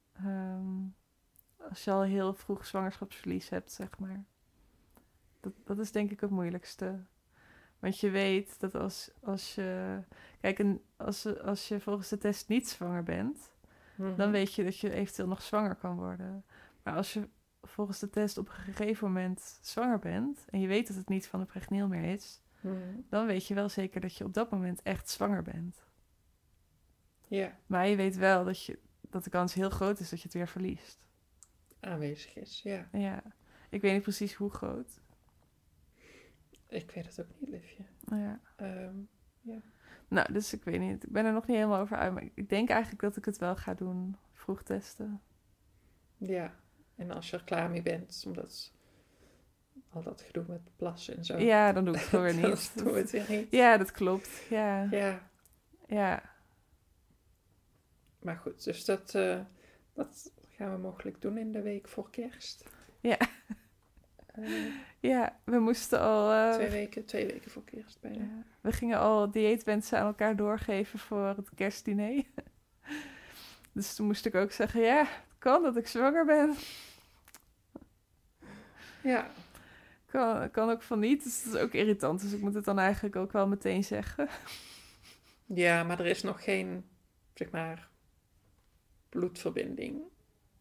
als je al heel vroeg zwangerschapsverlies hebt, zeg maar. Dat is denk ik het moeilijkste. Want je weet dat als je... Kijk, als je volgens de test niet zwanger bent... Mhm. dan weet je dat je eventueel nog zwanger kan worden. Maar als je volgens de test op een gegeven moment zwanger bent... en je weet dat het niet van de pregneel meer is... Mhm. dan weet je wel zeker dat je op dat moment echt zwanger bent. Ja, Maar je weet wel dat de kans heel groot is dat je het weer verliest. aanwezig is, ja. Ja, ik weet niet precies hoe groot. Ik weet het ook niet, liefje. Ja. Ja. Nou, dus ik weet niet. Ik ben er nog niet helemaal over uit. Maar ik denk eigenlijk dat ik het wel ga doen. Vroeg testen. Ja, en als je er klaar mee bent, omdat al dat gedoe met plassen en zo. Ja, dan doe ik het gewoon weer Dan niet. doe het weer niet. Ja, dat klopt. Ja. Ja, Ja. maar goed, dus dat gaan we mogelijk doen in de week voor kerst. Ja. Eh, Ja, we moesten al... 2 weken voor kerst bijna. ja, we gingen al dieetwensen aan elkaar doorgeven voor het kerstdiner. Dus toen moest ik ook zeggen, ja, het kan dat ik zwanger ben. Ja, Kan ook van niet, dus dat is ook irritant. Dus ik moet het dan eigenlijk ook wel meteen zeggen. ja, maar er is nog geen, zeg maar, bloedverbinding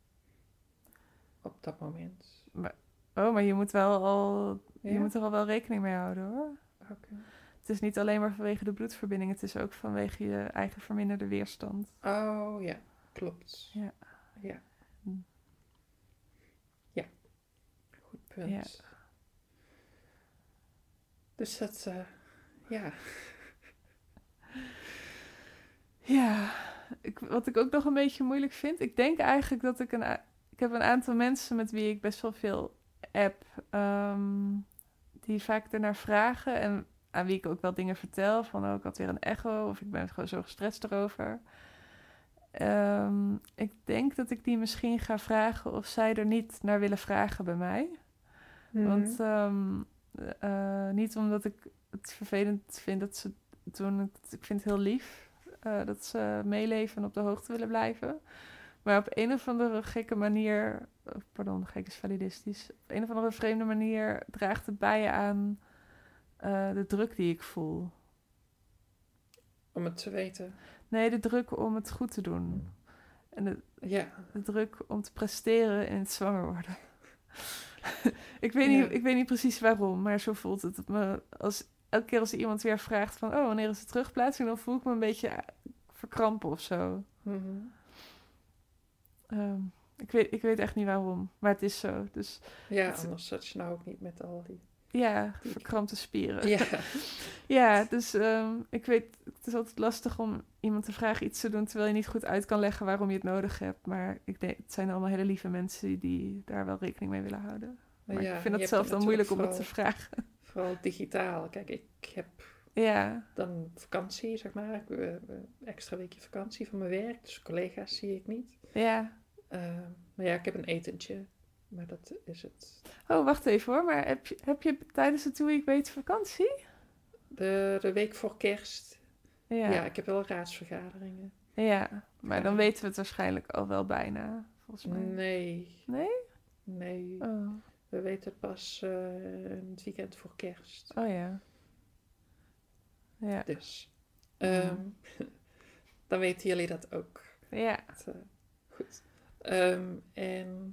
op dat moment. Oh, maar je moet wel al... Ja? Je moet er al wel rekening mee houden, hoor. Oké. Het is niet alleen maar vanwege de bloedverbinding. Het is ook vanwege je eigen verminderde weerstand. Oh ja, klopt. Ja. Ja. Hm. Ja. punt. Ja. Dus dat, ja. Ja, wat ik ook nog een beetje moeilijk vind. Ik denk eigenlijk dat ik heb een aantal mensen met wie ik best wel veel app. Die vaak ernaar vragen. En aan wie ik ook wel dingen vertel. Van ik had weer een echo. Of ik ben gewoon zo gestrest erover. Ik denk dat ik die misschien ga vragen of zij er niet naar willen vragen bij mij. Want niet omdat ik het vervelend vind dat ze doen. Ik vind het heel lief dat ze meeleven en op de hoogte willen blijven. Maar op een of andere gekke manier... Pardon, gek is validistisch. Op een of andere vreemde manier draagt het bij aan de druk die ik voel. Om het te weten. Nee, de druk om het goed te doen. En de druk om te presteren in het zwanger worden. Ik weet niet precies waarom, maar zo voelt het. Elke keer als iemand weer vraagt van... wanneer is de terugplaatsing? Dan voel ik me een beetje verkrampen of zo. Mm-hmm. Ik weet echt niet waarom, maar het is zo. Dus, Anders zat je nou ook niet met al die... Ja, verkrampte spieren. Ja. Ja, dus ik weet... Het is altijd lastig om iemand te vragen iets te doen... terwijl je niet goed uit kan leggen waarom je het nodig hebt. Maar ik denk, het zijn allemaal hele lieve mensen... die daar wel rekening mee willen houden. Maar ik vind het zelf dan moeilijk om het te vragen. Vooral digitaal. Kijk, ik heb dan vakantie, zeg maar. Ik heb extra weekje vakantie van mijn werk. Dus collega's zie ik niet. Ja. Maar ik heb een etentje. Maar dat is het. Oh, wacht even hoor. Maar heb je tijdens de 2 week beetje vakantie? De week voor kerst. Ja, ik heb wel raadsvergaderingen. Ja, maar dan weten we het waarschijnlijk al wel bijna, volgens mij. Nee. Nee? Nee. Oh. We weten het pas het weekend voor kerst. Oh ja. Ja. Dus. Dan weten jullie dat ook. Ja. Goed. En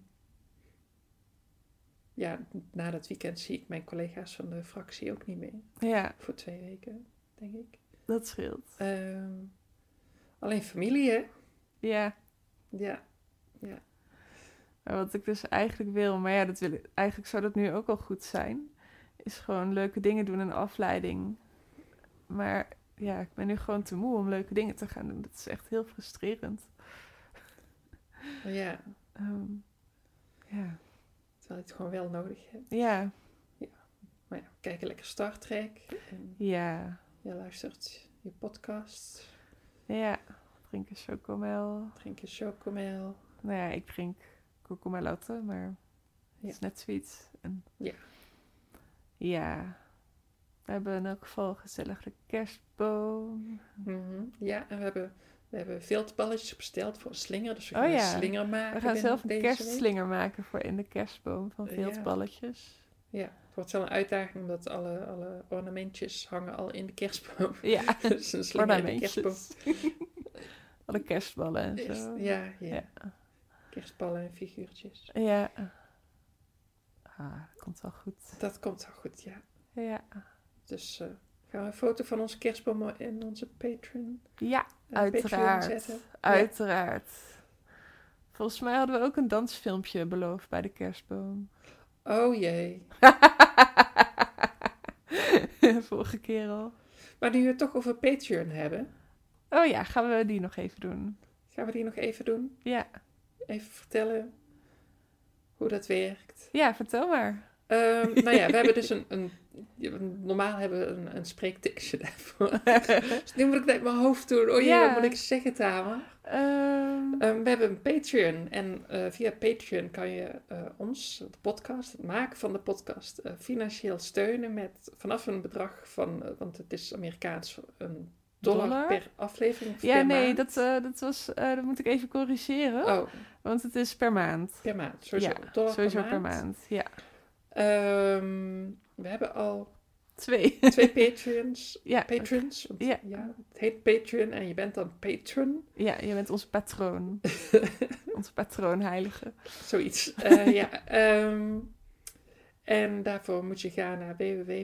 na dat weekend zie ik mijn collega's van de fractie ook niet meer. Ja. Voor 2 weken, denk ik. Dat scheelt. Alleen familie, hè? Ja. Ja. Maar wat ik dus eigenlijk wil, maar ja, eigenlijk zou dat nu ook al goed zijn, is gewoon leuke dingen doen en afleiding. Maar ja, ik ben nu gewoon te moe om leuke dingen te gaan doen. Dat is echt heel frustrerend. Ja. Ja. Terwijl je het gewoon wel nodig hebt. Ja. Maar we kijken lekker Star Trek. En Ja. Je luistert je podcast. Ja. Drinken chocomel. Drinken chocomel. Nou ja, ik drink chocomelatte, maar het is net zoiets. En ja. We hebben in elk geval een gezellige kerstboom. Mm-hmm. Ja, en we hebben viltballetjes besteld voor een slinger. Dus we gaan een slinger maken. We gaan zelf een kerstslinger maken voor in de kerstboom van viltballetjes. Ja, het wordt wel een uitdaging omdat alle ornamentjes hangen al in de kerstboom. Ja, dus een slinger in de kerstboom. Alle kerstballen en zo. Ja. Kerstballen en figuurtjes. Ja. Dat komt wel goed. Dat komt wel goed, ja. Ja. Dus gaan we een foto van onze kerstboom in onze Patreon? Ja, uiteraard. zetten? Uiteraard. Volgens mij hadden we ook een dansfilmpje beloofd bij de kerstboom. Oh jee. Vorige keer al. Maar nu we het toch over Patreon hebben. Oh ja, gaan we die nog even doen? Gaan we die nog even doen? Ja. Even vertellen hoe dat werkt. Ja, vertel maar. We hebben dus normaal hebben we een spreektekstje daarvoor. Dus nu moet ik het uit mijn hoofd doen. Oh jee, wat moet ik zeggen, Tamer? We hebben een Patreon. En via Patreon kan je ons, de podcast, het maken van de podcast, financieel steunen met vanaf een bedrag van, want het is Amerikaans, $1 per aflevering. Ja, nee, dat moet ik even corrigeren. Oh. Want het is per maand. Per maand, sowieso. Ja, sowieso per maand, ja. We hebben al 2 Patreons. Ja. Patrons. Want, Ja. Het heet Patreon en je bent dan patron. Ja, je bent onze patroon. Onze patroonheilige. Zoiets. En daarvoor moet je gaan naar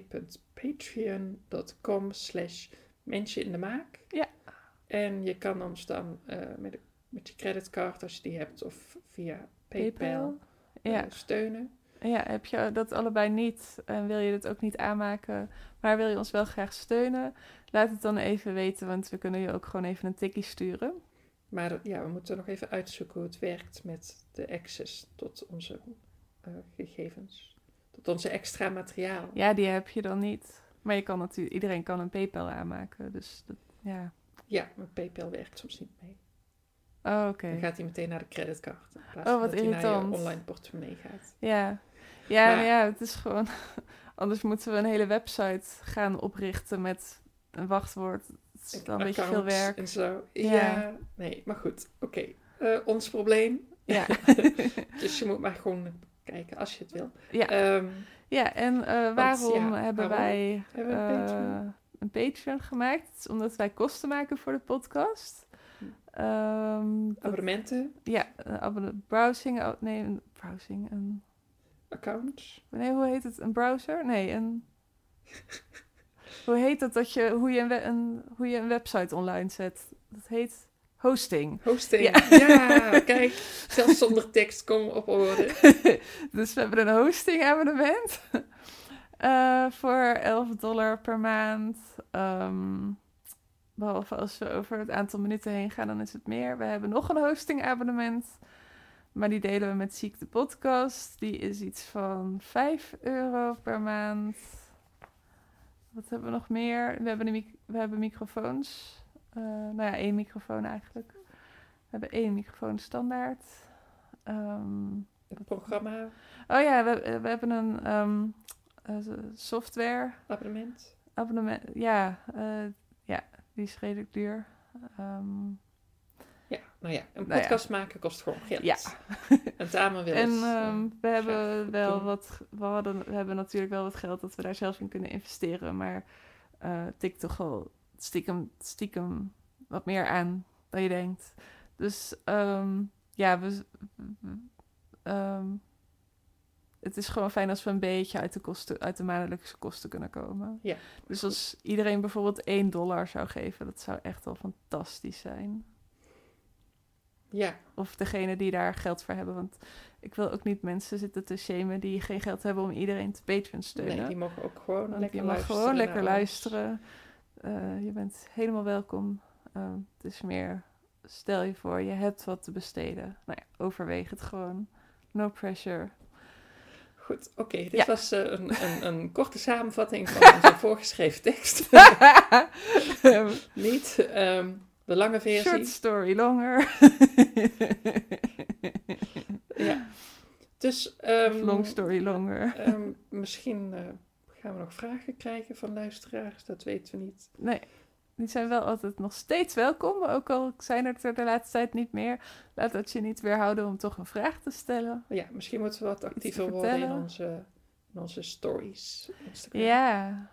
www.patreon.com/menscheninDeMaak. Ja. En je kan ons dan met je creditcard, als je die hebt, of via PayPal steunen. Ja, heb je dat allebei niet en wil je het ook niet aanmaken, maar wil je ons wel graag steunen? Laat het dan even weten, want we kunnen je ook gewoon even een tikkie sturen. Maar ja, we moeten nog even uitzoeken hoe het werkt met de access tot onze gegevens. Tot onze extra materiaal. Ja, die heb je dan niet. Maar je kan natuurlijk, iedereen kan een PayPal aanmaken, dus dat, ja. Ja, maar PayPal werkt soms niet mee. Oh, oké. Dan gaat hij meteen naar de creditcard. In plaats Oh, van wat dat hij naar irritant. je online portemonnee gaat. Ja, maar ja, het is gewoon... Anders moeten we een hele website gaan oprichten met een wachtwoord. Het is dan een beetje veel Accounts werk. en zo. Ja. Ja, nee, maar goed. Oké. Ons probleem. Ja. Dus je moet maar gewoon kijken als je het wil. Ja, ja en waarom ja, hebben waarom wij hebben we een Patreon? een Patreon gemaakt? Het is omdat wij kosten maken voor de podcast. Abonnementen, Ja, browsing. Een accounts. nee, hoe heet het? Een browser? Nee, een... Hoe heet dat hoe je een website online zet? Dat heet hosting. Hosting. Ja. Ja, kijk. Zelfs zonder tekst komen op orde. Dus we hebben een hosting abonnement. Voor $11 per maand. Behalve als we over het aantal minuten heen gaan, dan is het meer. We hebben nog een hosting abonnement. Maar die delen we met Ziek de Podcast. Die is iets van €5 per maand. Wat hebben we nog meer? We hebben microfoons. Nou ja, 1 microfoon eigenlijk. We hebben 1 microfoon standaard. Het programma, Oh ja, we hebben een software abonnement. Ja, die is redelijk duur. Ja, nou ja, een Nou podcast maken kost gewoon geld. Ja. En Tamer wil En het, we hebben wel doen. we hebben natuurlijk wel wat geld dat we daar zelf in kunnen investeren. Maar tikt toch wel stiekem wat meer aan dan je denkt. Dus ja, het is gewoon fijn als we een beetje uit de maandelijkse kosten kunnen komen. Ja. Dus als iedereen bijvoorbeeld $1 zou geven, dat zou echt wel fantastisch zijn. Ja, Of degene die daar geld voor hebben. Want ik wil ook niet mensen zitten te shamen die geen geld hebben om iedereen te Patreon steunen. nee, die mogen ook gewoon Want lekker je mag luisteren. gewoon lekker naar ons. luisteren. Je bent helemaal welkom. Het is meer, stel je voor, je hebt wat te besteden. Nou ja, overweeg het gewoon. No pressure. Goed, oké. Dit Ja. was een korte samenvatting van onze voorgeschreven tekst. Niet de lange versie. Short story longer. Ja. Dus Long story longer. misschien gaan we nog vragen krijgen van luisteraars. Dat weten we niet. Nee, die zijn wel altijd nog steeds welkom. Ook al zijn er de laatste tijd niet meer. Laat dat je niet weerhouden om toch een vraag te stellen. Ja, misschien moeten we wat actiever te worden in vertellen. onze stories. Instagram. Ja.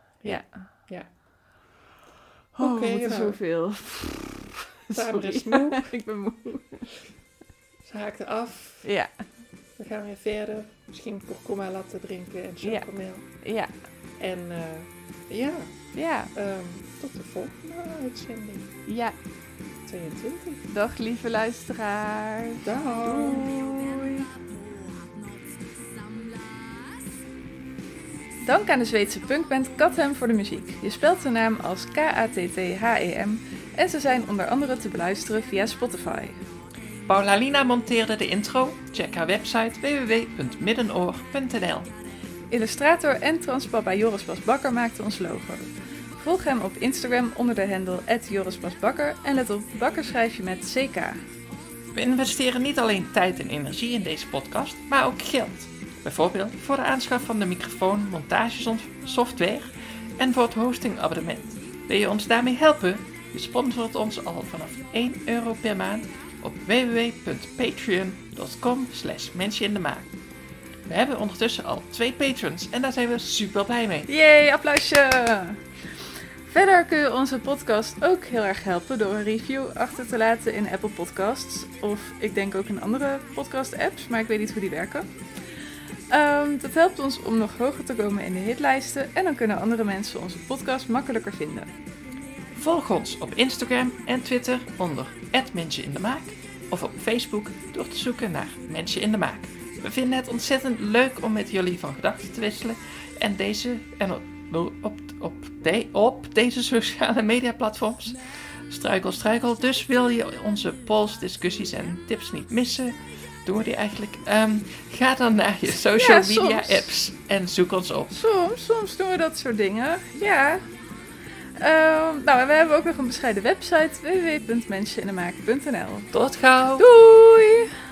Oké, Oké, nou. zoveel. Tamer is Sorry. moe. Ik ben moe. Ze haakte af. Ja, We gaan weer verder. Misschien kurkuma laten drinken en chocomel. ja, En ja, ja, tot de volgende uitzending. ja. 22. Dag lieve luisteraar. Dag. Doei. Dank aan de Zweedse punkband Kathem voor de muziek. Je spelt de naam als K-A-T-T-H-E-M en ze zijn onder andere te beluisteren via Spotify. Paula Lina monteerde de intro. Check haar website www.middenoor.nl. Illustrator en transpapa Joris Bas Bakker maakte ons logo. Volg hem op Instagram onder de handle @JorisBasBakker en let op, Bakker schrijf je met CK. We investeren niet alleen tijd en energie in deze podcast, maar ook geld. Bijvoorbeeld voor de aanschaf van de microfoon, montagesoftware en voor het hostingabonnement. Wil je ons daarmee helpen? Je sponsort ons al vanaf €1 per maand op www.patreon.com/mensjeindemaak. We hebben ondertussen al 2 patrons en daar zijn we super blij mee. Yay, applausje! Verder kun je onze podcast ook heel erg helpen door een review achter te laten in Apple Podcasts. Of ik denk ook in andere podcast-apps, maar ik weet niet hoe die werken. Dat helpt ons om nog hoger te komen in de hitlijsten en dan kunnen andere mensen onze podcast makkelijker vinden. Volg ons op Instagram en Twitter onder @mensjeindemaak of op Facebook door te zoeken naar Mensje in de Maak. We vinden het ontzettend leuk om met jullie van gedachten te wisselen. En op deze sociale media platforms. Struikel. Dus wil je onze polls, discussies en tips niet missen? Doen we die eigenlijk? Ga dan naar je social media apps en zoek ons op. Soms doen we dat soort dingen. Ja. En we hebben ook nog een bescheiden website. www.menscheninmaken.nl. Tot gauw! Doei!